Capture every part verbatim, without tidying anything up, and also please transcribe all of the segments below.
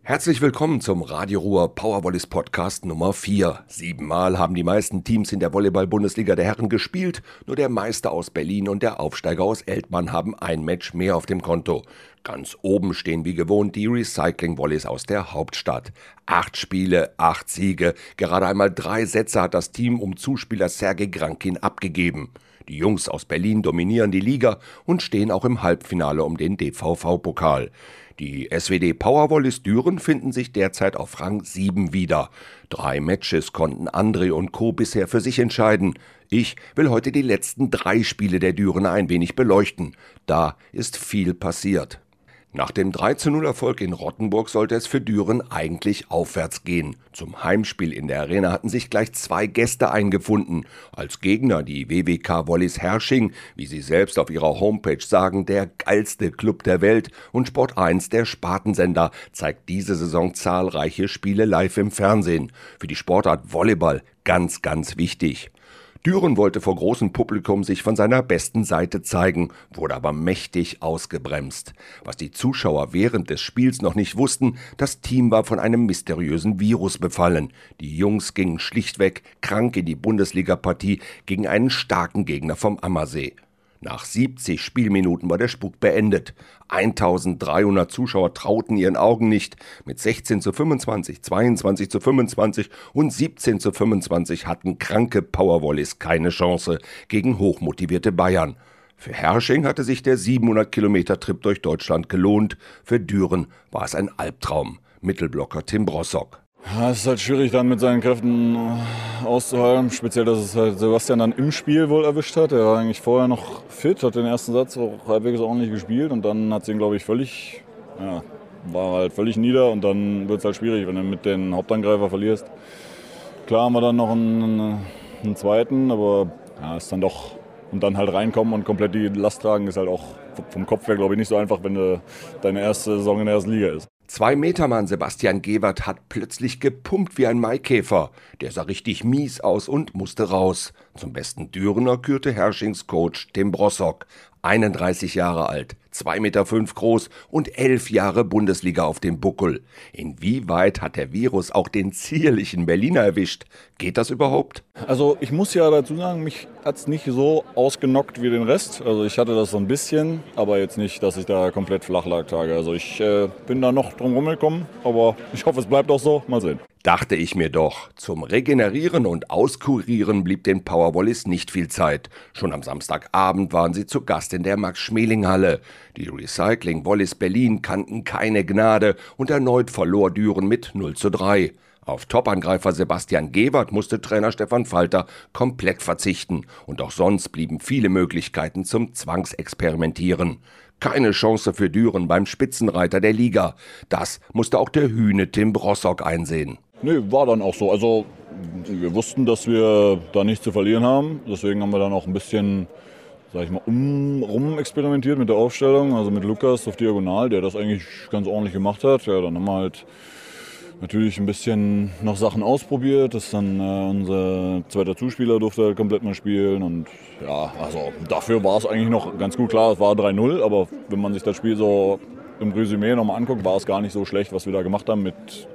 Herzlich willkommen zum Radio Ruhr Powervolleys Podcast Nummer vier. Siebenmal haben die meisten Teams in der Volleyball-Bundesliga der Herren gespielt. Nur der Meister aus Berlin und der Aufsteiger aus Eltmann haben ein Match mehr auf dem Konto. Ganz oben stehen wie gewohnt die Recycling-Volleys aus der Hauptstadt. Acht Spiele, acht Siege. Gerade einmal drei Sätze hat das Team um Zuspieler Sergej Grankin abgegeben. Die Jungs aus Berlin dominieren die Liga und stehen auch im Halbfinale um den D V V-Pokal. Die S W D Powervolleys Düren finden sich derzeit auf Rang sieben wieder. Drei Matches konnten André und Co. bisher für sich entscheiden. Ich will heute die letzten drei Spiele der Dürener ein wenig beleuchten. Da ist viel passiert. Nach dem drei zu null Erfolg in Rottenburg sollte es für Düren eigentlich aufwärts gehen. Zum Heimspiel in der Arena hatten sich gleich zwei Gäste eingefunden. Als Gegner die W W K Volleys Herrsching, wie sie selbst auf ihrer Homepage sagen, der geilste Club der Welt, und Sport eins, der Spartensender, zeigt diese Saison zahlreiche Spiele live im Fernsehen. Für die Sportart Volleyball ganz, ganz wichtig. Düren wollte vor großem Publikum sich von seiner besten Seite zeigen, wurde aber mächtig ausgebremst. Was die Zuschauer während des Spiels noch nicht wussten, das Team war von einem mysteriösen Virus befallen. Die Jungs gingen schlichtweg krank in die Bundesliga-Partie gegen einen starken Gegner vom Ammersee. Nach siebzig Spielminuten war der Spuk beendet. eintausenddreihundert Zuschauer trauten ihren Augen nicht. Mit sechzehn zu fünfundzwanzig, zweiundzwanzig zu fünfundzwanzig und siebzehn zu fünfundzwanzig hatten kranke Powervolleys keine Chance gegen hochmotivierte Bayern. Für Herrsching hatte sich der siebenhundert Kilometer Trip durch Deutschland gelohnt. Für Düren war es ein Albtraum. Mittelblocker Tim Brossock. Ja, es ist halt schwierig dann mit seinen Kräften auszuhalten, speziell, dass es halt Sebastian dann im Spiel wohl erwischt hat. Er war eigentlich vorher noch fit, hat den ersten Satz auch halbwegs ordentlich gespielt und dann hat sie ihn, glaube ich, völlig, ja, war halt völlig nieder und dann wird es halt schwierig, wenn du mit den Hauptangreifer verlierst. Klar haben wir dann noch einen, einen zweiten, aber ja, ist dann doch, und dann halt reinkommen und komplett die Last tragen, ist halt auch vom Kopf her, glaube ich, nicht so einfach, wenn du deine erste Saison in der ersten Liga ist. Zwei-Meter-Mann Sebastian Gewert hat plötzlich gepumpt wie ein Maikäfer. Der sah richtig mies aus und musste raus. Zum besten Dürener kürte Herrschings Coach Tim Brossock. einunddreißig Jahre alt, zwei Meter fünf groß und elf Jahre Bundesliga auf dem Buckel. Inwieweit hat der Virus auch den zierlichen Berliner erwischt? Geht das überhaupt? Also ich muss ja dazu sagen, mich hat es nicht so ausgenockt wie den Rest. Also ich hatte das so ein bisschen, aber jetzt nicht, dass ich da komplett flach lag Tage. Also ich äh, bin da noch drum rumgekommen, aber ich hoffe, es bleibt auch so. Mal sehen. Dachte ich mir doch. Zum Regenerieren und Auskurieren blieb den Powervolleys nicht viel Zeit. Schon am Samstagabend waren sie zu Gast in der Max-Schmeling-Halle. Die Recycling-Volleys Berlin kannten keine Gnade und erneut verlor Düren mit null zu drei. Auf Topangreifer Sebastian Gewert musste Trainer Stefan Falter komplett verzichten. Und auch sonst blieben viele Möglichkeiten zum Zwangsexperimentieren. Keine Chance für Düren beim Spitzenreiter der Liga. Das musste auch der Hühne Tim Brossock einsehen. Nee, war dann auch so. Also wir wussten, dass wir da nichts zu verlieren haben. Deswegen haben wir dann auch ein bisschen, sag ich mal, um, rum experimentiert mit der Aufstellung. Also mit Lukas auf Diagonal, der das eigentlich ganz ordentlich gemacht hat. Ja, dann haben wir halt natürlich ein bisschen noch Sachen ausprobiert. Das dann äh, unser zweiter Zuspieler durfte halt komplett mal spielen. Und ja, also dafür war es eigentlich noch ganz gut. Klar, es war drei null, aber wenn man sich das Spiel so im Resümee nochmal anguckt, war es gar nicht so schlecht, was wir da gemacht haben mit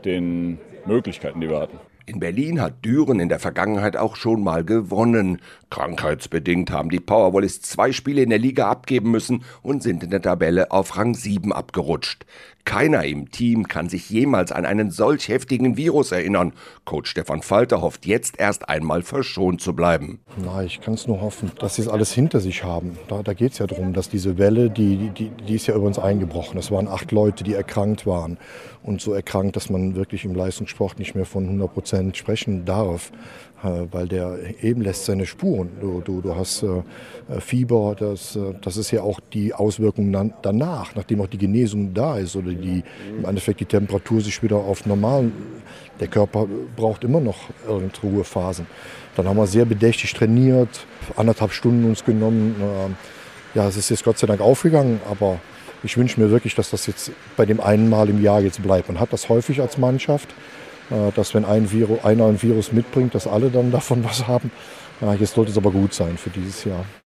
den Möglichkeiten, die wir hatten. In Berlin hat Düren in der Vergangenheit auch schon mal gewonnen. Krankheitsbedingt haben die Powervolleys zwei Spiele in der Liga abgeben müssen und sind in der Tabelle auf Rang sieben abgerutscht. Keiner im Team kann sich jemals an einen solch heftigen Virus erinnern. Coach Stefan Falter hofft jetzt erst einmal verschont zu bleiben. Na, ich kann es nur hoffen, dass sie es alles hinter sich haben. Da, da geht es ja darum, dass diese Welle, die, die, die ist ja über uns eingebrochen. Es waren acht Leute, die erkrankt waren. Und so erkrankt, dass man wirklich im Leistungssport nicht mehr von hundert Prozent sprechen darf. Weil der eben lässt seine Spuren. Du, du, du hast äh, Fieber, das, das ist ja auch die Auswirkung dann, danach, nachdem auch die Genesung da ist oder die, im Endeffekt die Temperatur sich wieder auf normal. Der Körper braucht immer noch irgendeine Ruhephasen. Dann haben wir sehr bedächtig trainiert, anderthalb Stunden uns genommen. Äh, ja, es ist jetzt Gott sei Dank aufgegangen, aber ich wünsche mir wirklich, dass das jetzt bei dem einen Mal im Jahr jetzt bleibt. Man hat das häufig als Mannschaft, dass wenn ein Virus, einer ein Virus mitbringt, dass alle dann davon was haben. Jetzt sollte es aber gut sein für dieses Jahr.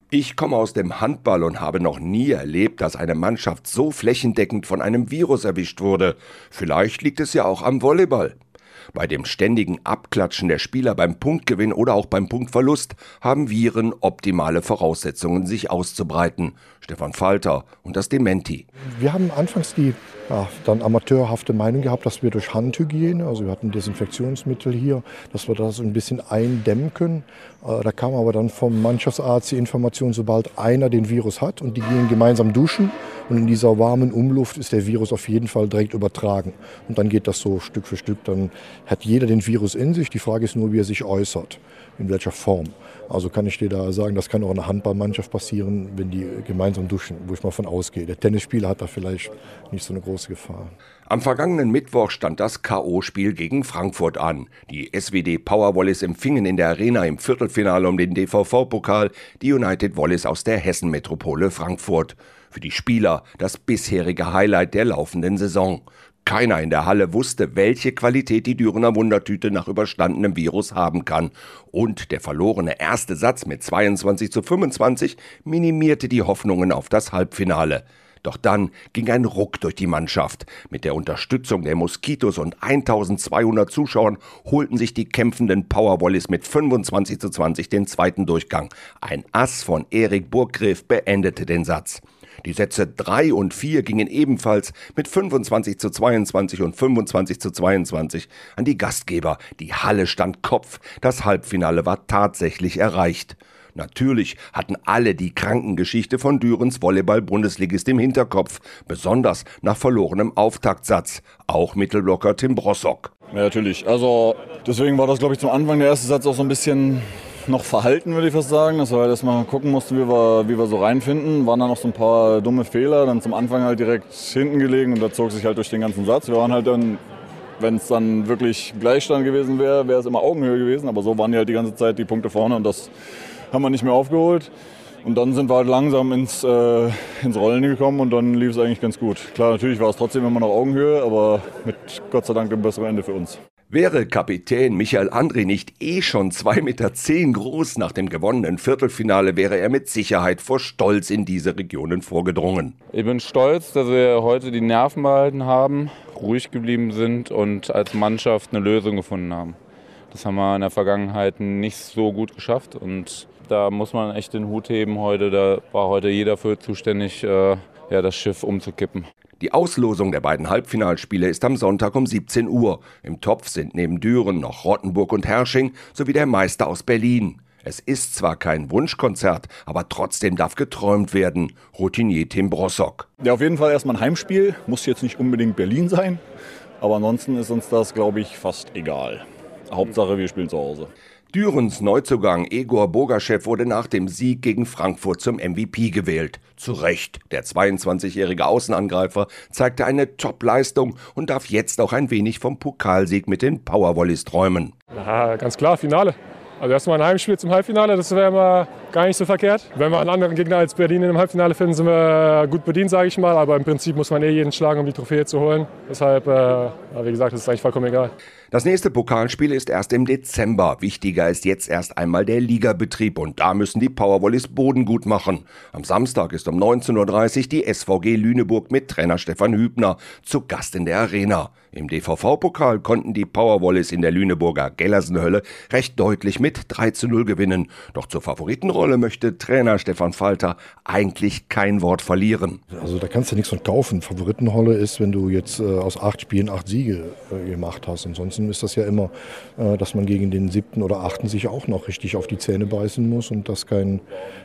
Ich komme aus dem Handball und habe noch nie erlebt, dass eine Mannschaft so flächendeckend von einem Virus erwischt wurde. Vielleicht liegt es ja auch am Volleyball. Bei dem ständigen Abklatschen der Spieler beim Punktgewinn oder auch beim Punktverlust haben Viren optimale Voraussetzungen, sich auszubreiten. Stefan Falter und das Dementi. Wir haben anfangs die ja, dann amateurhafte Meinung gehabt, dass wir durch Handhygiene, also wir hatten Desinfektionsmittel hier, dass wir das ein bisschen eindämmen können. Da kam aber dann vom Mannschaftsarzt die Information, sobald einer den Virus hat und die gehen gemeinsam duschen und in dieser warmen Umluft ist der Virus auf jeden Fall direkt übertragen. Und dann geht das so Stück für Stück, dann hat jeder den Virus in sich. Die Frage ist nur, wie er sich äußert, in welcher Form. Also kann ich dir da sagen, das kann auch in einer Handballmannschaft passieren, wenn die gemeinsam duschen, wo ich mal von ausgehe. Der Tennisspieler hat da vielleicht nicht so eine große Gefahr. Am vergangenen Mittwoch stand das K O-Spiel gegen Frankfurt an. Die S W D Power Volleys empfingen in der Arena im Viertelfinale um den D V V-Pokal die United Volleys aus der Hessen-Metropole Frankfurt. Für die Spieler das bisherige Highlight der laufenden Saison. Keiner in der Halle wusste, welche Qualität die Dürener Wundertüte nach überstandenem Virus haben kann. Und der verlorene erste Satz mit zweiundzwanzig zu fünfundzwanzig minimierte die Hoffnungen auf das Halbfinale. Doch dann ging ein Ruck durch die Mannschaft. Mit der Unterstützung der Moskitos und eintausendzweihundert Zuschauern holten sich die kämpfenden Powervolleys mit fünfundzwanzig zu zwanzig den zweiten Durchgang. Ein Ass von Erik Burggräf beendete den Satz. Die Sätze drei und vier gingen ebenfalls mit fünfundzwanzig zu zweiundzwanzig und fünfundzwanzig zu zweiundzwanzig an die Gastgeber. Die Halle stand Kopf. Das Halbfinale war tatsächlich erreicht. Natürlich hatten alle die Krankengeschichte von Dürens Volleyball-Bundesligist im Hinterkopf, besonders nach verlorenem Auftaktsatz. Auch Mittelblocker Tim Brossock. Ja, natürlich. Also deswegen war das, glaube ich, zum Anfang der erste Satz auch so ein bisschen noch verhalten, würde ich fast sagen. Das war halt, dass wir gucken mussten, wie wir, wie wir so reinfinden. Waren dann noch so ein paar dumme Fehler. Dann zum Anfang halt direkt hinten gelegen und da zog sich halt durch den ganzen Satz. Wir waren halt dann, wenn es dann wirklich Gleichstand gewesen wäre, wäre es immer Augenhöhe gewesen. Aber so waren die halt die ganze Zeit die Punkte vorne und das haben wir nicht mehr aufgeholt. Und dann sind wir halt langsam ins, äh, ins Rollen gekommen und dann lief es eigentlich ganz gut. Klar, natürlich war es trotzdem immer noch Augenhöhe, aber mit Gott sei Dank dem besseren Ende für uns. Wäre Kapitän Michael André nicht eh schon zwei Meter zehn groß nach dem gewonnenen Viertelfinale, wäre er mit Sicherheit vor Stolz in diese Regionen vorgedrungen. Ich bin stolz, dass wir heute die Nerven behalten haben, ruhig geblieben sind und als Mannschaft eine Lösung gefunden haben. Das haben wir in der Vergangenheit nicht so gut geschafft und da muss man echt den Hut heben heute. Da war heute jeder für zuständig, äh, ja, das Schiff umzukippen. Die Auslosung der beiden Halbfinalspiele ist am Sonntag um siebzehn Uhr. Im Topf sind neben Düren noch Rottenburg und Herrsching sowie der Meister aus Berlin. Es ist zwar kein Wunschkonzert, aber trotzdem darf geträumt werden. Routinier Tim Brossock. Ja, auf jeden Fall erstmal ein Heimspiel. Muss jetzt nicht unbedingt Berlin sein. Aber ansonsten ist uns das, glaube ich, fast egal. Hauptsache, wir spielen zu Hause. Dürens Neuzugang Egor Bogaschew wurde nach dem Sieg gegen Frankfurt zum M V P gewählt. Zu Recht, der zweiundzwanzigjährige Außenangreifer zeigte eine Top-Leistung und darf jetzt auch ein wenig vom Pokalsieg mit den Powervolleys träumen. Ja, ganz klar, Finale. Also erstmal ein Heimspiel zum Halbfinale, das wäre immer gar nicht so verkehrt. Wenn wir einen anderen Gegner als Berlin im Halbfinale finden, sind wir gut bedient, sage ich mal. Aber im Prinzip muss man eh jeden schlagen, um die Trophäe zu holen. Deshalb, äh, wie gesagt, das ist eigentlich vollkommen egal. Das nächste Pokalspiel ist erst im Dezember. Wichtiger ist jetzt erst einmal der Ligabetrieb und da müssen die Powervolleys Boden gut machen. Am Samstag ist um neunzehn Uhr dreißig die S V G Lüneburg mit Trainer Stefan Hübner zu Gast in der Arena. Im D V V-Pokal konnten die Powervolleys in der Lüneburger Gellersenhölle recht deutlich mit drei zu null gewinnen. Doch zur Favoritenrolle möchte Trainer Stefan Falter eigentlich kein Wort verlieren. Also da kannst du nichts von kaufen. Favoritenrolle ist, wenn du jetzt äh, aus acht Spielen acht Siege äh, gemacht hast. Ansonsten ist das ja immer, äh, dass man gegen den siebten oder achten sich auch noch richtig auf die Zähne beißen muss und das kein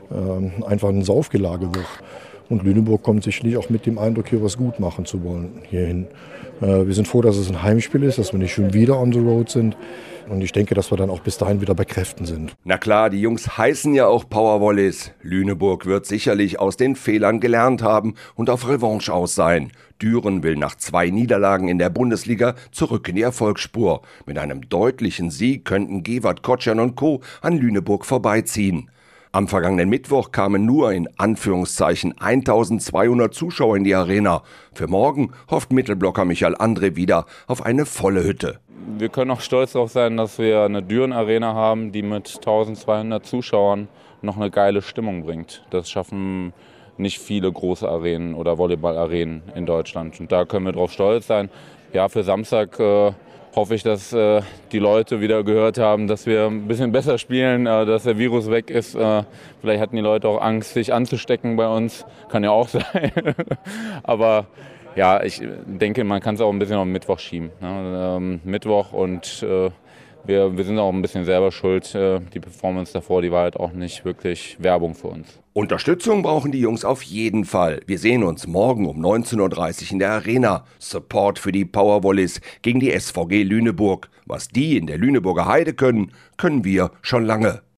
äh, einfach ein Saufgelage wird. Und Lüneburg kommt sicherlich auch mit dem Eindruck, hier was gut machen zu wollen hierhin. Äh, wir sind froh, dass es ein Heimspiel ist, dass wir nicht schon wieder on the road sind. Und ich denke, dass wir dann auch bis dahin wieder bei Kräften sind. Na klar, die Jungs heißen ja auch Powervolleys. Lüneburg wird sicherlich aus den Fehlern gelernt haben und auf Revanche aus sein. Düren will nach zwei Niederlagen in der Bundesliga zurück in die Erfolgsspur. Mit einem deutlichen Sieg könnten Gewart Kotschan und Co. an Lüneburg vorbeiziehen. Am vergangenen Mittwoch kamen nur in Anführungszeichen eintausendzweihundert Zuschauer in die Arena. Für morgen hofft Mittelblocker Michael André wieder auf eine volle Hütte. Wir können auch stolz darauf sein, dass wir eine Düren-Arena haben, die mit eintausendzweihundert Zuschauern noch eine geile Stimmung bringt. Das schaffen nicht viele große Arenen oder Volleyball-Arenen in Deutschland. Und da können wir drauf stolz sein. Ja, für Samstag äh, hoffe ich, dass äh, die Leute wieder gehört haben, dass wir ein bisschen besser spielen, äh, dass der Virus weg ist. Äh, vielleicht hatten die Leute auch Angst, sich anzustecken bei uns. Kann ja auch sein. Aber ja, ich denke, man kann es auch ein bisschen auf Mittwoch schieben. Ne? Ähm, Mittwoch und äh, wir, wir sind auch ein bisschen selber schuld. Äh, die Performance davor, die war halt auch nicht wirklich Werbung für uns. Unterstützung brauchen die Jungs auf jeden Fall. Wir sehen uns morgen um neunzehn Uhr dreißig in der Arena. Support für die Powervolleys gegen die S V G Lüneburg. Was die in der Lüneburger Heide können, können wir schon lange.